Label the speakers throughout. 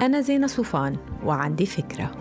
Speaker 1: أنا زينة صوفان وعندي فكرة.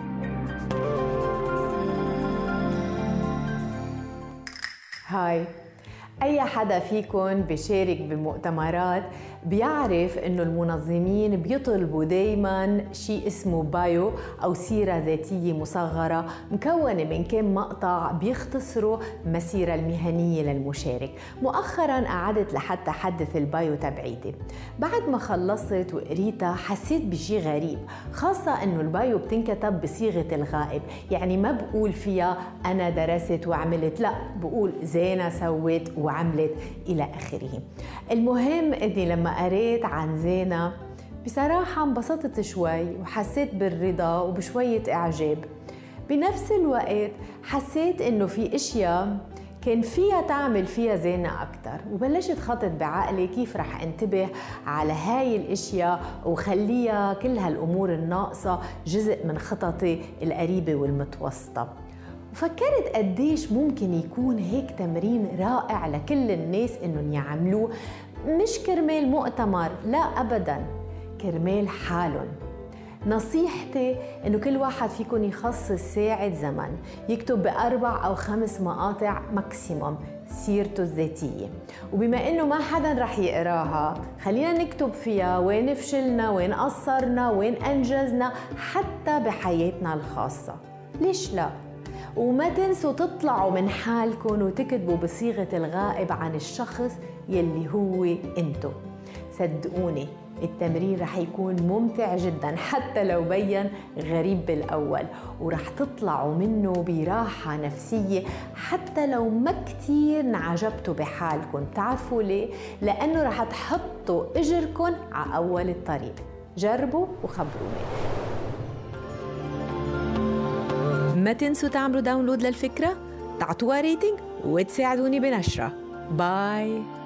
Speaker 2: هاي، أي حدا فيكن بيشارك بمؤتمرات بيعرف إنه المنظمين بيطلبوا دايماً شيء اسمه بايو أو سيرة ذاتية مصغرة مكونة من كم مقطع بيختصروا المسيرة المهنية للمشارك. مؤخراً قعدت لحتى أحدث البايو تبعيتي. بعد ما خلصت وقريتها حسيت بشي غريب، خاصة إنه البايو بتنكتب بصيغة الغائب، يعني ما بقول فيها أنا درست وعملت، لا، بقول زينة سوت وعملت إلى آخره. المهم إني لما قريت عن زينة بصراحة انبسطت شوي وحسيت بالرضا وبشوية إعجاب. بنفس الوقت حسيت إنه في إشياء كان فيها تعمل فيها زينة أكتر، وبلشت خطط بعقلي كيف رح انتبه على هاي الإشياء وخليها كل هالأمور الناقصة جزء من خططي القريبة والمتوسطة. وفكرت قديش ممكن يكون هيك تمرين رائع لكل الناس إنهم يعملوه، مش كرمال مؤتمر، لا أبداً، كرمال حالهم. نصيحتي إنه كل واحد فيكم يخصص ساعة زمن يكتب ب4 أو 5 مقاطع ماكسيموم سيرته الذاتية، وبما إنه ما حدا رح يقراها خلينا نكتب فيها وين فشلنا، وين قصرنا، وين أنجزنا، حتى بحياتنا الخاصة. ليش لا؟ وما تنسوا تطلعوا من حالكم وتكتبوا بصيغة الغائب عن الشخص يلي هو انتو. صدقوني التمرين رح يكون ممتع جدا حتى لو بين غريب بالأول، ورح تطلعوا منه براحة نفسية حتى لو ما كتير انعجبتوا بحالكم. تعرفوا ليه؟ لأنه رح تحطوا إجركم على أول الطريق. جربوا وخبروني.
Speaker 1: ما تنسوا تعملوا داونلود للفكرة، تعطوها ريتنج وتساعدوني بنشرها. باي.